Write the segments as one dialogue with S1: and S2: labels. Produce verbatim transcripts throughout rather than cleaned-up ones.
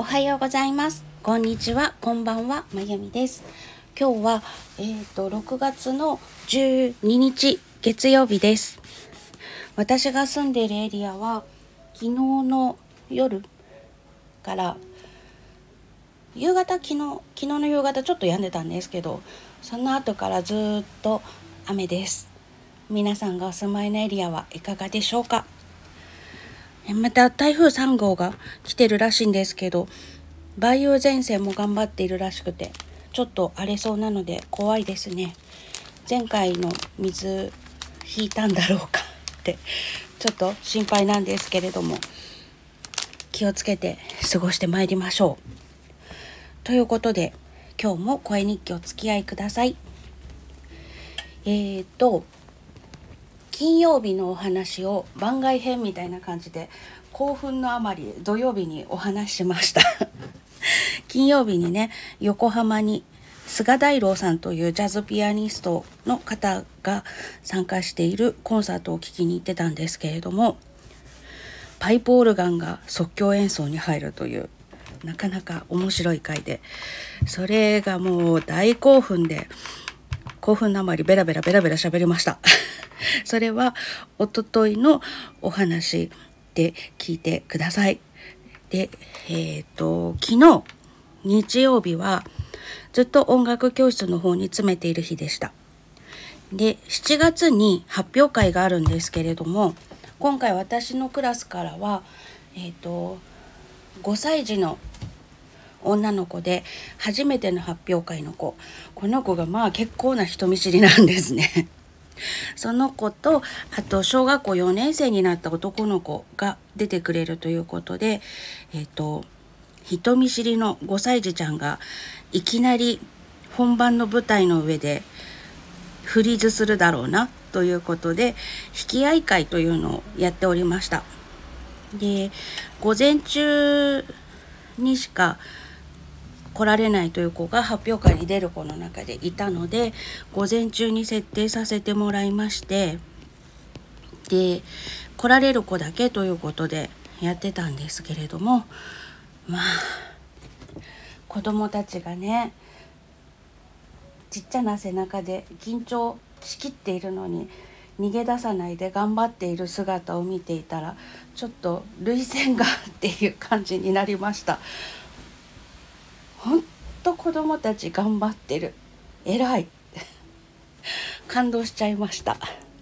S1: おはようございます。こんにちは、こんばんは、まゆみです。今日は、えーと、ろくがつのじゅうににち月曜日です。私が住んでいるエリアは昨日の夜から夕方昨日昨日の夕方ちょっと止んでたんですけど、その後からずっと雨です。皆さんがお住まいのエリアはいかがでしょうか。また台風さんごうが来てるらしいんですけど、梅雨前線も頑張っているらしくて、ちょっと荒れそうなので怖いですね。前回の水引いたんだろうかってちょっと心配なんですけれども、気をつけて過ごしてまいりましょう。ということで今日も声日記お付き合いください。えーと金曜日のお話を番外編みたいな感じで興奮のあまり土曜日にお話ししました金曜日にね、横浜に菅大郎さんというジャズピアニストの方が参加しているコンサートを聴きに行ってたんですけれども、パイプオルガンが即興演奏に入るというなかなか面白い回で、それがもう大興奮で興奮のあまりベラベラベラベラ喋りましたそれはおとといのお話で聞いてください。で、えっと昨日日曜日はずっと音楽教室の方に詰めている日でした。で、しちがつに発表会があるんですけれども、今回私のクラスからはえっとごさい児の女の子で初めての発表会の子、この子がまあ結構な人見知りなんですねその子と、あと小学校よねんせいになった男の子が出てくれるということで、えっと人見知りのごさい児ちゃんがいきなり本番の舞台の上でフリーズするだろうなということで、引き合い会というのをやっておりました。で、午前中にしか来られないという子が発表会に出る子の中でいたので、午前中に設定させてもらいまして、で来られる子だけということでやってたんですけれども、まあ子供たちがね、ちっちゃな背中で緊張しきっているのに逃げ出さないで頑張っている姿を見ていたら、ちょっと涙腺がっていう感じになりました。ほんと子供たち頑張ってる、偉い感動しちゃいました。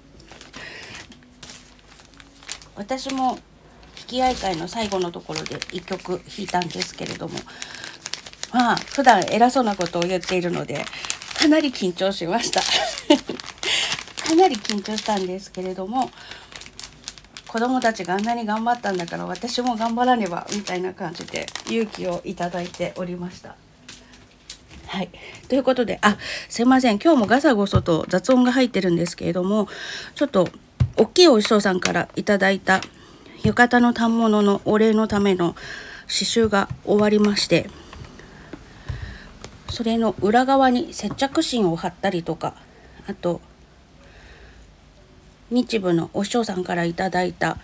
S1: 私も弾き合い会の最後のところでいっきょく弾いたんですけれども、まあ普段偉そうなことを言っているのでかなり緊張しましたかなり緊張したんですけれども、子供たちがあんなに頑張ったんだから私も頑張らねばみたいな感じで勇気をいただいておりました。はい、ということで、あ、すいません、今日もガサゴソと雑音が入ってるんですけれども、ちょっと大きいお師匠さんからいただいた浴衣の反物のお礼のための刺繍が終わりまして、それの裏側に接着芯を貼ったりとか、あと日舞のお師匠さんからいただいた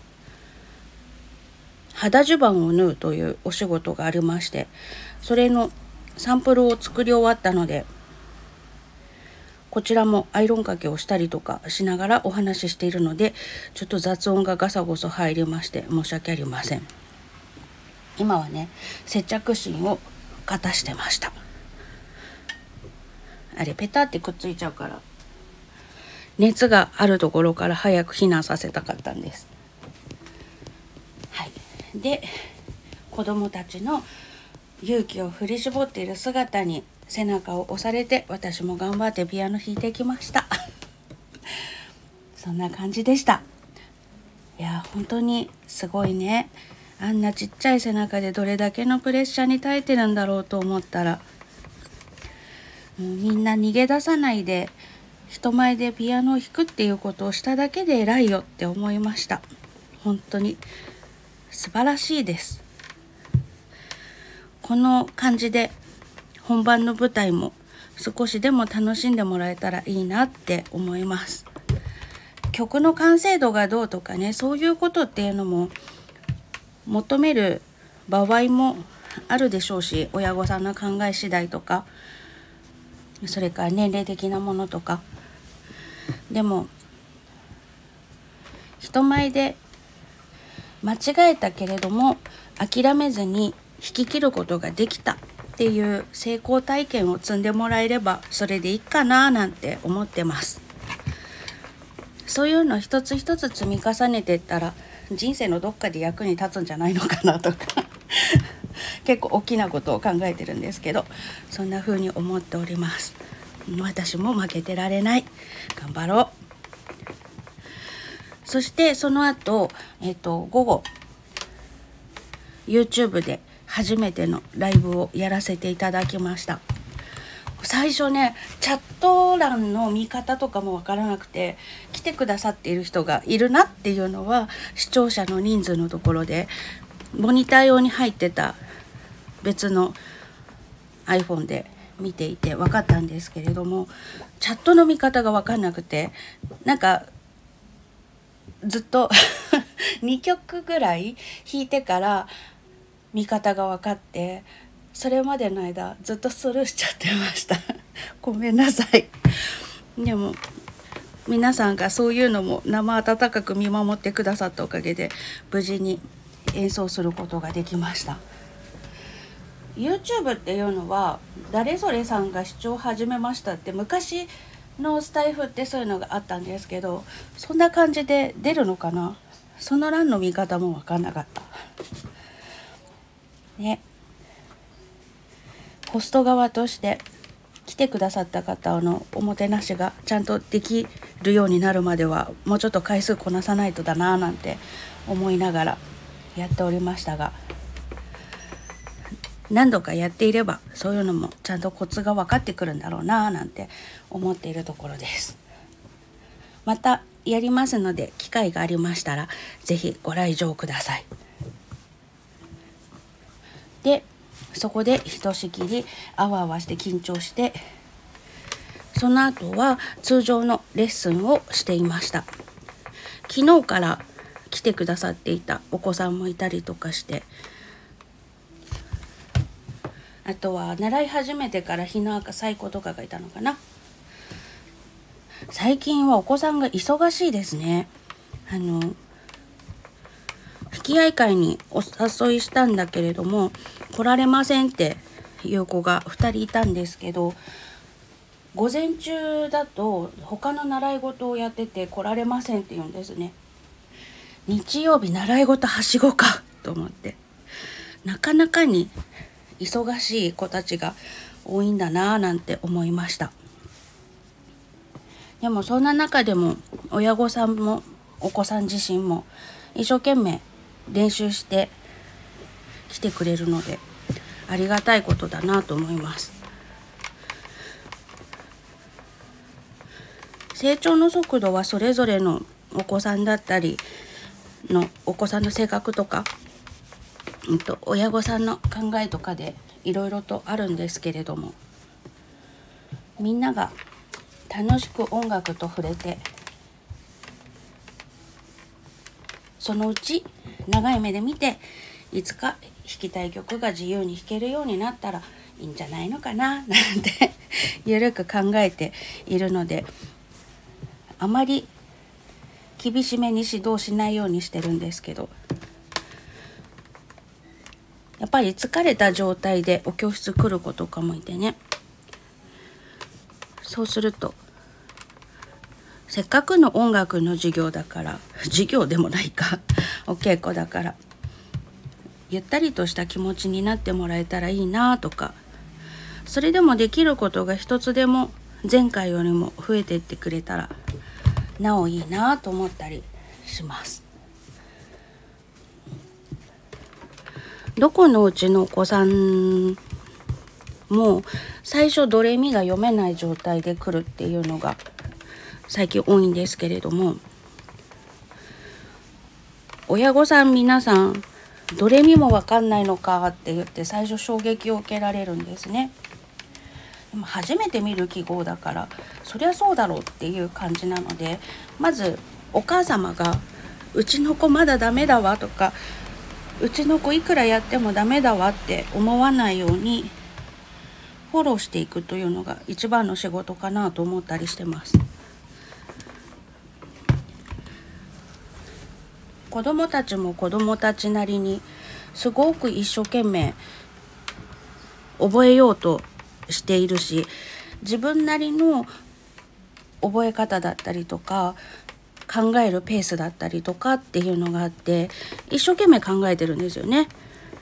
S1: 肌襦袢を縫うというお仕事がありまして、それのサンプルを作り終わったので、こちらもアイロンかけをしたりとかしながらお話ししているので、ちょっと雑音がガサゴソ入りまして申し訳ありません。今はね、接着芯をかたしてました。あれペタってくっついちゃうから、熱があるところから早く避難させたかったんです。はい、で子どもたちの勇気を振り絞っている姿に背中を押されて、私も頑張ってピアノ弾いてきましたそんな感じでした。いや本当にすごいね。あんなちっちゃい背中でどれだけのプレッシャーに耐えてるんだろうと思ったら、もうみんな逃げ出さないで人前でピアノを弾くっていうことをしただけで偉いよって思いました。本当に素晴らしいです。この感じで本番の舞台も少しでも楽しんでもらえたらいいなって思います。曲の完成度がどうとかね、そういうことっていうのも求める場合もあるでしょうし、親御さんの考え次第とか、それから年齢的なものとか。でも人前で間違えたけれども諦めずに引き切ることができたっていう成功体験を積んでもらえればそれでいいかななんて思ってます。そういうの一つ一つ積み重ねていったら人生のどっかで役に立つんじゃないのかなとか結構大きなことを考えてるんですけど、そんな風に思っております。私も負けてられない。頑張ろう。そしてその後、えっと、午後 YouTube で初めてのライブをやらせていただきました。最初ねチャット欄の見方とかもわからなくて、来てくださっている人がいるなっていうのは視聴者の人数のところでモニター用に入ってた別の iPhone で見ていて分かったんですけれども、チャットの見方が分かんなくて、なんかずっとにきょくぐらい弾いてから見方が分かって、それまでの間ずっとスルーしちゃってましたごめんなさい。でも皆さんがそういうのも生温かく見守ってくださったおかげで無事に演奏することができました。 YouTube っていうのは誰それさんが視聴始めましたって昔のスタイフってそういうのがあったんですけど、そんな感じで出るのかな。その欄の見方も分かんなかったね。ホスト側として来てくださった方のおもてなしがちゃんとできるようになるまではもうちょっと回数こなさないとだななんて思いながらやっておりましたが、何度かやっていればそういうのもちゃんとコツが分かってくるんだろうななんて思っているところです。またやりますので機会がありましたらぜひご来場ください。でそこでひとしきりあわあわして緊張して、その後は通常のレッスンをしていました。昨日から来てくださっていたお子さんもいたりとかして、あとは習い始めてから日の赤最高とかがいたのかな。最近はお子さんが忙しいですね。あの引き合い会にお誘いしたんだけれども来られませんっていう子がふたりいたんですけど、午前中だと他の習い事をやってて来られませんって言うんですね。日曜日習い事はしごかと思って、なかなかに忙しい子たちが多いんだなぁなんて思いました。でもそんな中でも親御さんもお子さん自身も一生懸命練習して来てくれるのでありがたいことだなと思います。成長の速度はそれぞれのお子さんだったりのお子さんの性格とか、うんと、親御さんの考えとかでいろいろとあるんですけれども、みんなが楽しく音楽と触れて、そのうち長い目で見ていつか弾きたい曲が自由に弾けるようになったらいいんじゃないのかななんてゆるく考えているので、あまり厳しめに指導しないようにしてるんですけど、やっぱり疲れた状態でお教室来る子とかもいてね、そうするとせっかくの音楽の授業だから、授業でもないかお稽古だからゆったりとした気持ちになってもらえたらいいなとか、それでもできることが一つでも前回よりも増えていってくれたらなおいいなと思ったりします。どこのうちのお子さんも最初ドレミが読めない状態で来るっていうのが最近多いんですけれども、親御さん皆さんドレミも分かんないのかって言って最初衝撃を受けられるんですね。でも初めて見る記号だからそりゃそうだろうっていう感じなので、まずお母様がうちの子まだダメだわとかうちの子いくらやってもダメだわって思わないようにフォローしていくというのが一番の仕事かなと思ったりしてます。子どもたちも子どもたちなりにすごく一生懸命覚えようとしているし、自分なりの覚え方だったりとか考えるペースだったりとかっていうのがあって、一生懸命考えてるんですよね。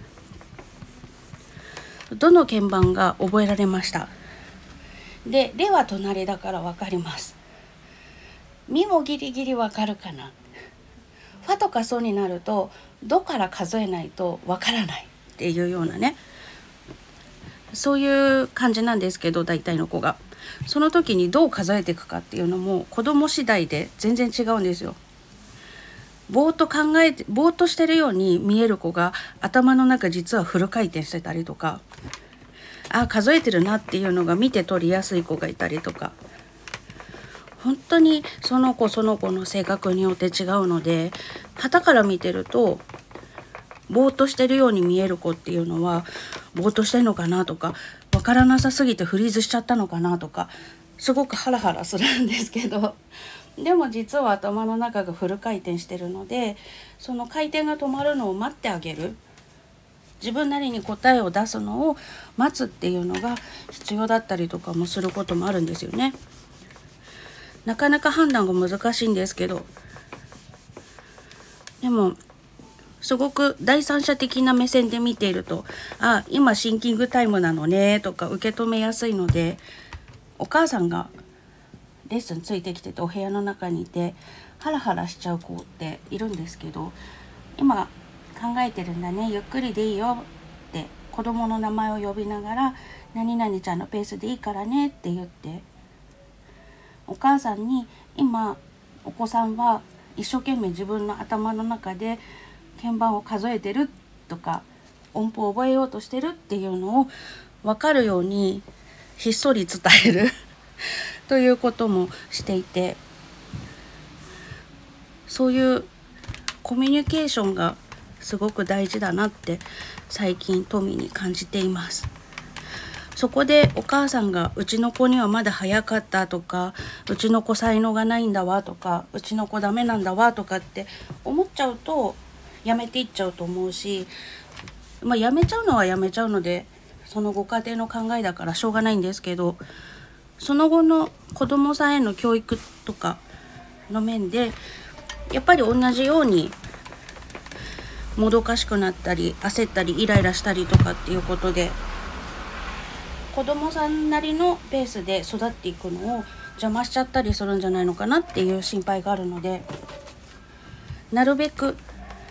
S1: どの鍵盤が覚えられました。で、レは隣だから分かります。ミもギリギリ分かるかな。ファとかソになるとドから数えないと分からないっていうようなね、そういう感じなんですけど、大体の子がその時にどう数えていくかっていうのも子供次第で全然違うんですよ。ぼーっと考えてぼーっとしてるように見える子が頭の中実はフル回転してたりとか、あ数えてるなっていうのが見て取りやすい子がいたりとか、本当にその子その子の性格によって違うので、傍から見てるとぼーっとしてるように見える子っていうのはぼーっとしてるのかなとか、わからなさすぎてフリーズしちゃったのかなとか、すごくハラハラするんですけど、でも実は頭の中がフル回転してるので、その回転が止まるのを待ってあげる、自分なりに答えを出すのを待つっていうのが必要だったりとかもすることもあるんですよね。なかなか判断が難しいんですけど、でもすごく第三者的な目線で見ていると、あ今シンキングタイムなのねとか受け止めやすいので、お母さんがレッスンついてきててお部屋の中にいてハラハラしちゃう子っているんですけど、今考えてるんだね、ゆっくりでいいよって子供の名前を呼びながら、何々ちゃんのペースでいいからねって言って、お母さんに今お子さんは一生懸命自分の頭の中で鍵盤を数えてるとか音符を覚えようとしてるっていうのを分かるようにひっそり伝えるということもしていて、そういうコミュニケーションがすごく大事だなって最近トミに感じています。そこでお母さんがうちの子にはまだ早かったとか、うちの子才能がないんだわとか、うちの子ダメなんだわとかって思っちゃうとやめていっちゃうと思うし、まあやめちゃうのはやめちゃうので、そのご家庭の考えだからしょうがないんですけど、その後の子どもさんへの教育とかの面でやっぱり同じようにもどかしくなったり焦ったりイライラしたりとかっていうことで、子どもさんなりのペースで育っていくのを邪魔しちゃったりするんじゃないのかなっていう心配があるので、なるべく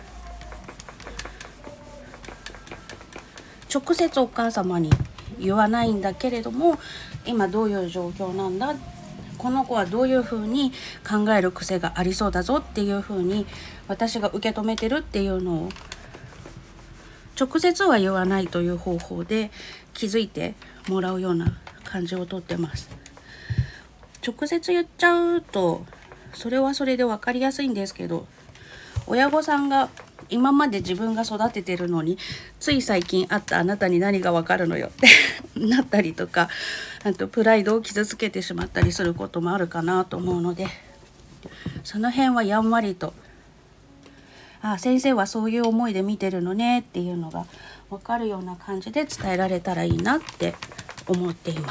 S1: 直接お母様に言わないんだけれども、今どういう状況なんだ、この子はどういうふうに考える癖がありそうだぞっていうふうに私が受け止めてるっていうのを直接は言わないという方法で気づいてもらうような感じをとってます。直接言っちゃうとそれはそれで分かりやすいんですけど、親御さんが今まで自分が育ててるのについ最近会ったあなたに何が分かるのよってなったりとか、あとプライドを傷つけてしまったりすることもあるかなと思うので、その辺はやんわりと、あ先生はそういう思いで見てるのねっていうのが分かるような感じで伝えられたらいいなって思っています。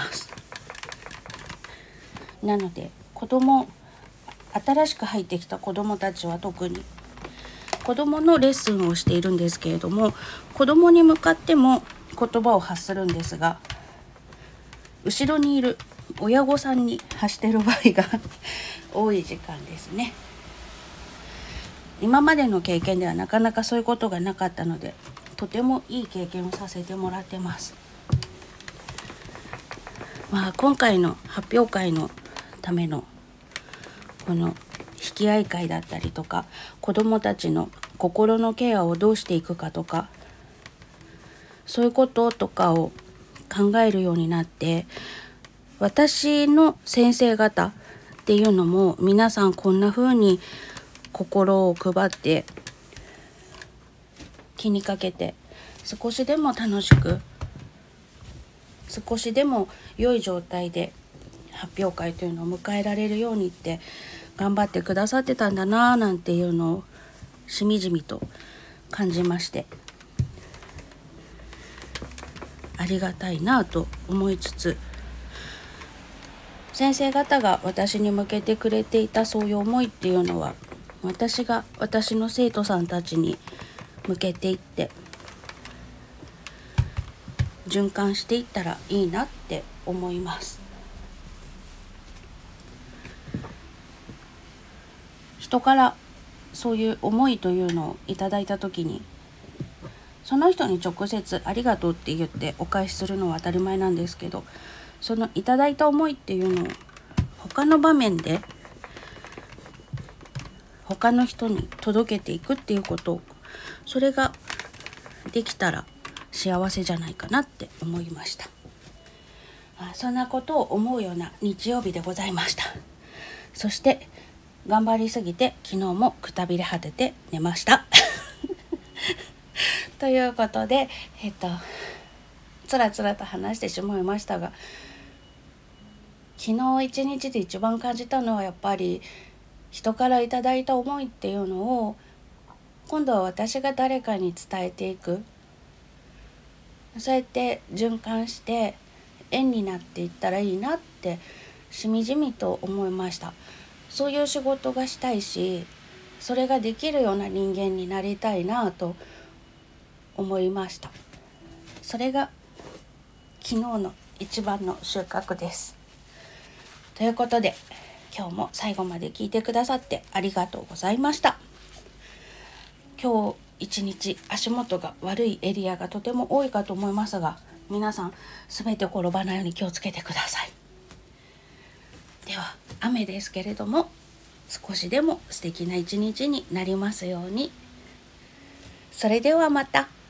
S1: なので子供新しく入ってきた子どもたちは特に子どものレッスンをしているんですけれども、子どもに向かっても言葉を発するんですが、後ろにいる親御さんに発している場合が多い時間ですね。今までの経験ではなかなかそういうことがなかったので、とてもいい経験をさせてもらってます。まあ、今回の発表会のためのこの引き合い会だったりとか、子どもたちの心のケアをどうしていくかとか、そういうこととかを考えるようになって、私の先生方っていうのも皆さんこんな風に心を配って気にかけて少しでも楽しく、少しでも良い状態で発表会というのを迎えられるようにって頑張ってくださってたんだななんていうのをしみじみと感じまして、ありがたいなと思いつつ、先生方が私に向けてくれていたそういう思いっていうのは、私が私の生徒さんたちに向けていって循環していったらいいなって思います。人からそういう思いというのをいただいたときに、その人に直接ありがとうって言ってお返しするのは当たり前なんですけど、そのいただいた思いっていうのを他の場面で他の人に届けていくっていうことを、それができたら幸せじゃないかなって思いました。あ、そんなことを思うような日曜日でございました。そして頑張りすぎて昨日もくたびれ果てて寝ましたということで、えっとつらつらと話してしまいましたが、昨日一日で一番感じたのはやっぱり人からいただいた思いっていうのを今度は私が誰かに伝えていく、そうやって循環して縁になっていったらいいなってしみじみと思いました。そういう仕事がしたいし、それができるような人間になりたいなと思いました。それが昨日の一番の収穫です。ということで、今日も最後まで聞いてくださってありがとうございました。今日一日足元が悪いエリアがとても多いかと思いますが、皆さんすべて転ばないように気をつけてください。では雨ですけれども、少しでも素敵な一日になりますように。それではまた。